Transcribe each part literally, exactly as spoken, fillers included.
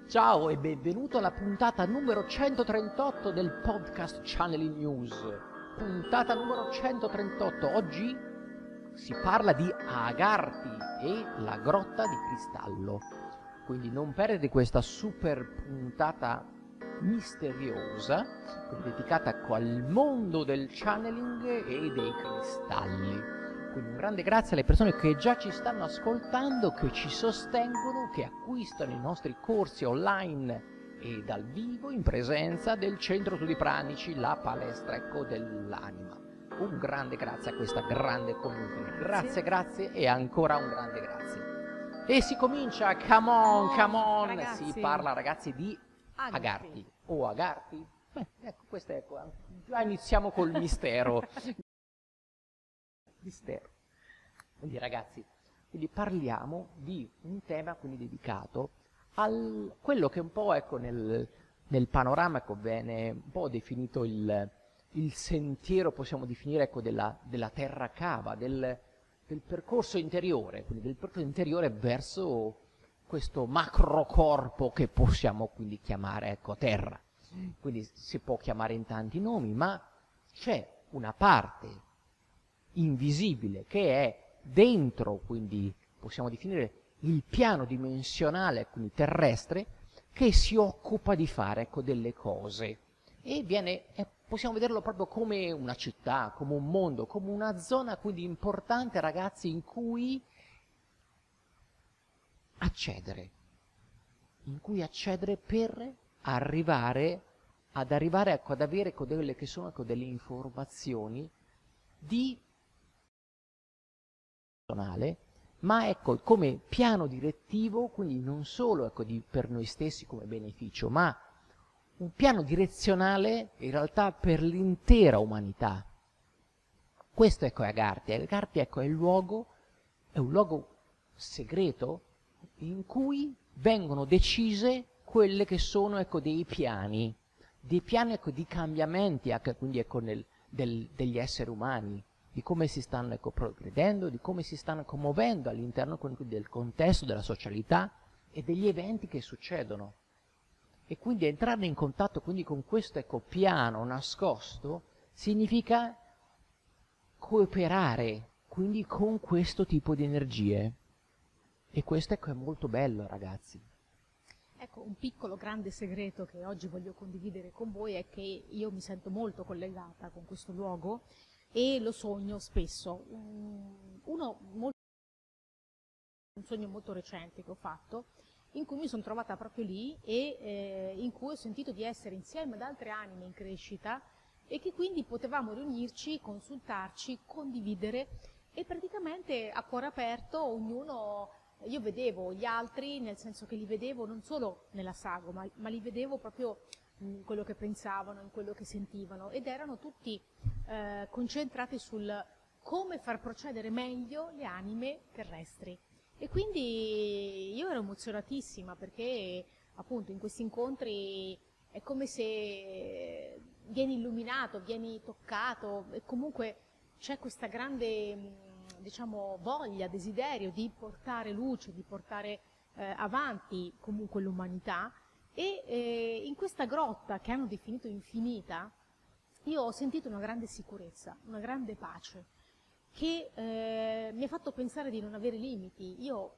Ciao e benvenuto alla puntata numero centotrentotto del podcast Channeling News. Puntata numero centotrentotto. Oggi si parla di Agarthi e la grotta di cristallo. Quindi non perdete questa super puntata misteriosa dedicata al mondo del channeling e dei cristalli. Quindi un grande grazie alle persone che già ci stanno ascoltando, che ci sostengono, che acquistano i nostri corsi online e dal vivo in presenza del Centro Studi Pranici, la palestra ecco dell'anima. Un grande grazie a questa grande community. Grazie, grazie e ancora un grande grazie. E si comincia, come on, come on, ragazzi. si parla ragazzi di Agarthi. Agarthi. O Agarthi? Beh, ecco, questo ecco, già iniziamo col mistero. mistero. Quindi ragazzi, quindi parliamo di un tema quindi dedicato a quello che un po' ecco nel, nel panorama ecco, viene un po' definito il, il sentiero, possiamo definire ecco, della, della terra cava, del, del percorso interiore, quindi del percorso interiore verso questo macrocorpo che possiamo quindi chiamare ecco, terra. Quindi si può chiamare in tanti nomi, ma c'è una parte invisibile che è dentro, quindi possiamo definire il piano dimensionale, quindi terrestre, che si occupa di fare ecco, delle cose e viene, eh, possiamo vederlo proprio come una città, come un mondo, come una zona quindi importante ragazzi in cui accedere, in cui accedere per arrivare ad arrivare ecco, ad avere ecco, delle che sono ecco, delle informazioni di ma ecco come piano direttivo, quindi non solo ecco, di, per noi stessi come beneficio, ma un piano direzionale in realtà per l'intera umanità. Questo ecco è Agarthi. Agarthi ecco, è il luogo, è un luogo segreto in cui vengono decise quelle che sono ecco, dei piani, dei piani ecco, di cambiamenti, ecco, quindi ecco, nel, del, degli esseri umani, di come si stanno ecco, progredendo, di come si stanno ecco, muovendo all'interno del contesto della socialità e degli eventi che succedono. E quindi entrare in contatto quindi, con questo ecco, piano nascosto significa cooperare quindi con questo tipo di energie. E questo ecco, è molto bello, ragazzi. Ecco, un piccolo grande segreto che oggi voglio condividere con voi è che io mi sento molto collegata con questo luogo e lo sogno spesso. Uno, molto, un sogno molto recente che ho fatto, in cui mi sono trovata proprio lì e eh, in cui ho sentito di essere insieme ad altre anime in crescita e che quindi potevamo riunirci, consultarci, condividere e praticamente a cuore aperto ognuno, io vedevo gli altri, nel senso che li vedevo non solo nella sago, ma, ma li vedevo proprio in quello che pensavano, in quello che sentivano ed erano tutti eh, concentrati sul come far procedere meglio le anime terrestri. E quindi io ero emozionatissima perché appunto in questi incontri è come se vieni illuminato, vieni toccato e comunque c'è questa grande diciamo, voglia, desiderio di portare luce, di portare eh, avanti comunque l'umanità e eh, in questa grotta che hanno definito infinita io ho sentito una grande sicurezza, una grande pace che eh, mi ha fatto pensare di non avere limiti. Io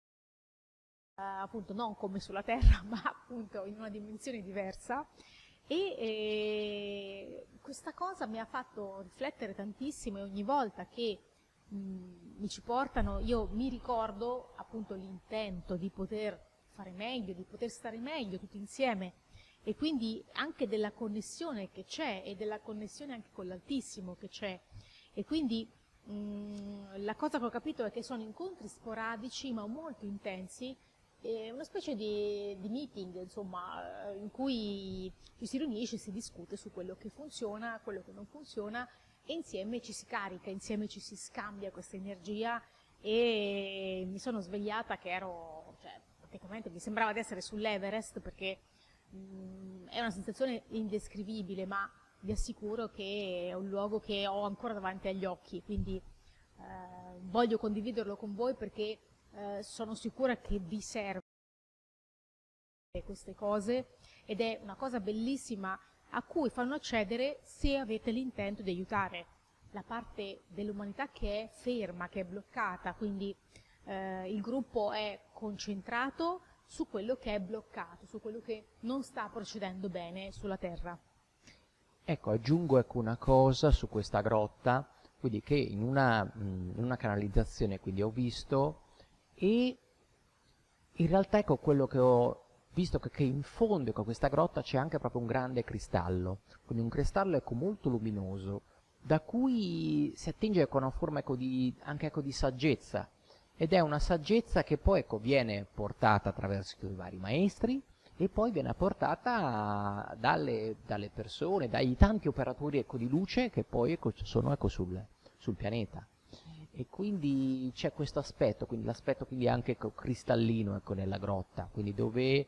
eh, appunto non come sulla Terra ma appunto in una dimensione diversa e eh, questa cosa mi ha fatto riflettere tantissimo e ogni volta che mh, mi ci portano io mi ricordo appunto l'intento di poter fare meglio, di poter stare meglio tutti insieme e quindi anche della connessione che c'è e della connessione anche con l'Altissimo che c'è e quindi mh, la cosa che ho capito è che sono incontri sporadici ma molto intensi eh, una specie di, di meeting insomma in cui ci si riunisce e si discute su quello che funziona, quello che non funziona e insieme ci si carica, insieme ci si scambia questa energia e mi sono svegliata che ero, cioè, praticamente mi sembrava di essere sull'Everest perché mh, è una sensazione indescrivibile, ma vi assicuro che è un luogo che ho ancora davanti agli occhi, quindi eh, voglio condividerlo con voi perché eh, sono sicura che vi serve. queste cose, ed è una cosa bellissima a cui fanno accedere se avete l'intento di aiutare la parte dell'umanità che è ferma, che è bloccata, quindi eh, il gruppo è concentrato su quello che è bloccato, su quello che non sta procedendo bene sulla Terra. Ecco, aggiungo ecco, una cosa su questa grotta, quindi che in una, mh, in una canalizzazione quindi ho visto, e in realtà ecco quello che ho visto che, che in fondo ecco, a questa grotta c'è anche proprio un grande cristallo, quindi un cristallo ecco, molto luminoso, da cui si attinge con una forma ecco, di, anche ecco, di saggezza, ed è una saggezza che poi ecco, viene portata attraverso i vari maestri e poi viene portata dalle, dalle persone, dai tanti operatori ecco, di luce che poi ecco, sono ecco, sul, sul pianeta. E quindi c'è questo aspetto, quindi l'aspetto quindi anche ecco, cristallino ecco, nella grotta, quindi dove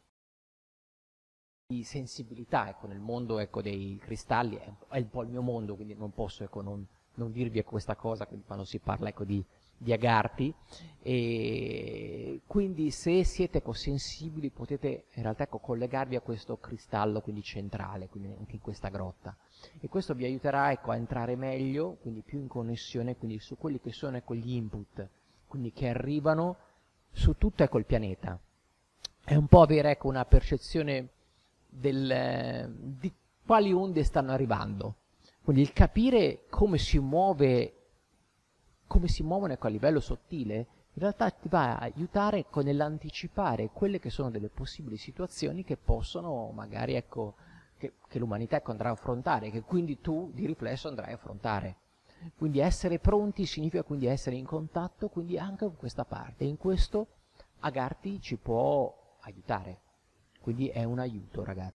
di sensibilità ecco, nel mondo ecco, dei cristalli, è, è un po' il mio mondo, quindi non posso ecco, non, non dirvi ecco, questa cosa quando si parla ecco, di, di agarti, e quindi se siete ecco, sensibili potete in realtà ecco, collegarvi a questo cristallo quindi centrale, quindi anche in questa grotta, e questo vi aiuterà ecco, a entrare meglio, quindi più in connessione quindi su quelli che sono ecco, gli input, quindi che arrivano su tutto ecco, il pianeta. È un po' avere ecco, una percezione del, di quali onde stanno arrivando, quindi il capire come si muove, come si muovono ecco, a livello sottile, in realtà ti va a aiutare ecco, nell'anticipare quelle che sono delle possibili situazioni che possono magari ecco, che, che l'umanità ecco, andrà a affrontare, che quindi tu di riflesso andrai a affrontare. Quindi essere pronti significa quindi essere in contatto quindi anche con questa parte, in questo Agarthi ci può aiutare, quindi è un aiuto ragazzi.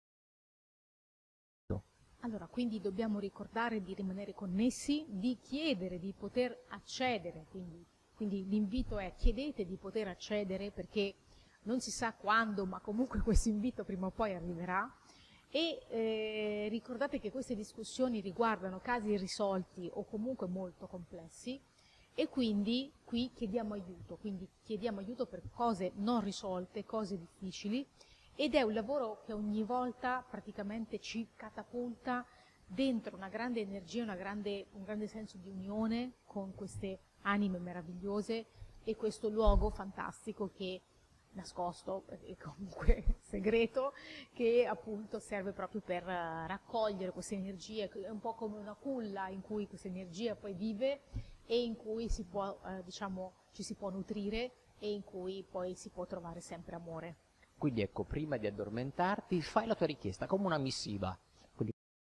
Allora, quindi dobbiamo ricordare di rimanere connessi, di chiedere di poter accedere, quindi, quindi l'invito è chiedete di poter accedere perché non si sa quando, ma comunque questo invito prima o poi arriverà, e eh, ricordate che queste discussioni riguardano casi irrisolti o comunque molto complessi, e quindi qui chiediamo aiuto, quindi chiediamo aiuto per cose non risolte, cose difficili, ed è un lavoro che ogni volta praticamente ci catapulta dentro una grande energia, una grande, un grande senso di unione con queste anime meravigliose e questo luogo fantastico che nascosto e comunque segreto, che appunto serve proprio per raccogliere queste energie, è un po' come una culla in cui questa energia poi vive e in cui si può, eh, diciamo, ci si può nutrire e in cui poi si può trovare sempre amore. Quindi ecco, prima di addormentarti, fai la tua richiesta come una missiva, quindi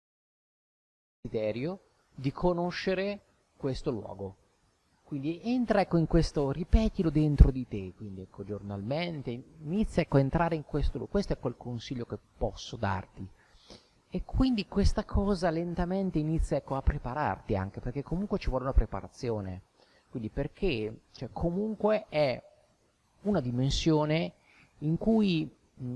il desiderio di conoscere questo luogo. Quindi entra ecco in questo, ripetilo dentro di te, quindi ecco giornalmente, inizia ecco a entrare in questo luogo, questo è quel consiglio che posso darti. E quindi questa cosa lentamente inizia ecco a prepararti anche, perché comunque ci vuole una preparazione. Quindi perché cioè, comunque è una dimensione in cui, mh,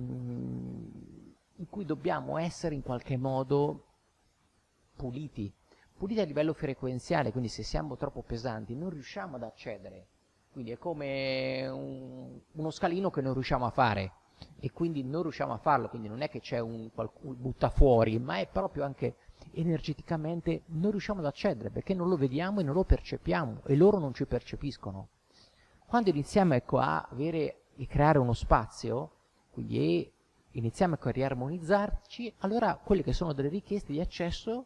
in cui dobbiamo essere in qualche modo puliti, puliti a livello frequenziale, quindi se siamo troppo pesanti non riusciamo ad accedere, quindi è come un, uno scalino che non riusciamo a fare e quindi non riusciamo a farlo, quindi non è che c'è un qualcuno butta fuori, ma è proprio anche energeticamente non riusciamo ad accedere perché non lo vediamo e non lo percepiamo e loro non ci percepiscono. Quando iniziamo ecco, a avere e creare uno spazio, quindi e iniziamo ecco, a riarmonizzarci, allora quelle che sono delle richieste di accesso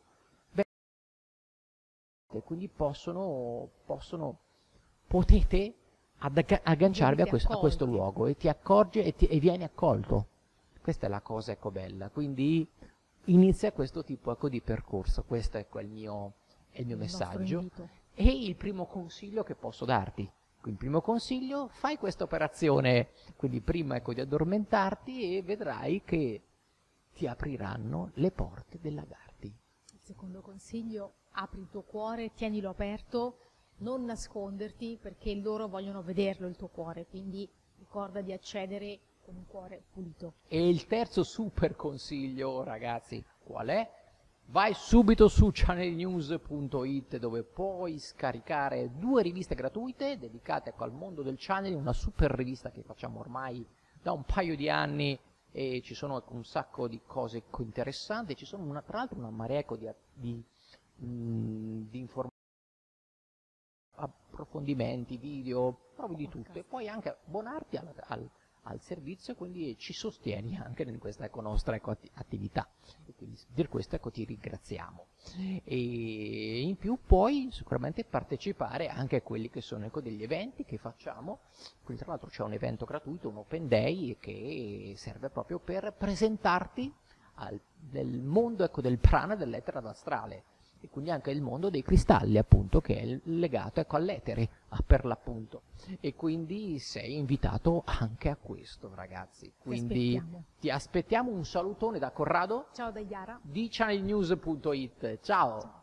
e quindi possono, possono potete agganciarvi a questo, a questo luogo e ti accorgi e, ti, e vieni accolto. Questa è la cosa ecco bella, quindi inizia questo tipo ecco, di percorso, questo ecco, è il mio, è il mio il messaggio e il primo consiglio che posso darti. Quindi il primo consiglio, fai questa operazione, quindi prima ecco, di addormentarti e vedrai che ti apriranno le porte dell'Agarthi. Il secondo consiglio, apri il tuo cuore, tienilo aperto, non nasconderti perché loro vogliono vederlo il tuo cuore, quindi ricorda di accedere con un cuore pulito. E il terzo super consiglio, ragazzi, qual è? Vai subito su channel news punto it dove puoi scaricare due riviste gratuite dedicate ecco, al mondo del channeling, una super rivista che facciamo ormai da un paio di anni e ci sono ecco, un sacco di cose ecco, interessanti, ci sono una, tra l'altro una marea ecco, di, di, mh, di informazioni, approfondimenti, video, proprio di tutto, e poi anche abbonarti al, al, al servizio, quindi ci sostieni anche in questa ecco, nostra ecco, attività, e quindi per questo ecco, ti ringraziamo. E in più puoi sicuramente partecipare anche a quelli che sono ecco, degli eventi che facciamo, quindi tra l'altro c'è un evento gratuito, un Open Day, che serve proprio per presentarti al, del mondo ecco, del prana, dell'etere astrale, e quindi anche il mondo dei cristalli appunto, che è legato ecco, all'etere per l'appunto, e quindi sei invitato anche a questo, ragazzi. Quindi aspettiamo. ti aspettiamo. Un salutone da Corrado, Ciao da Chiara, di channel news punto it. Ciao, ciao.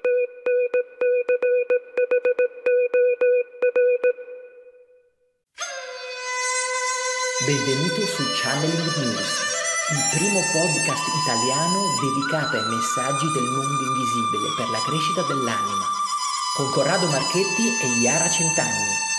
Benvenuto su Channeling News, il primo podcast italiano dedicato ai messaggi del mondo invisibile per la crescita dell'anima, con Corrado Marchetti e Chiara Centanni.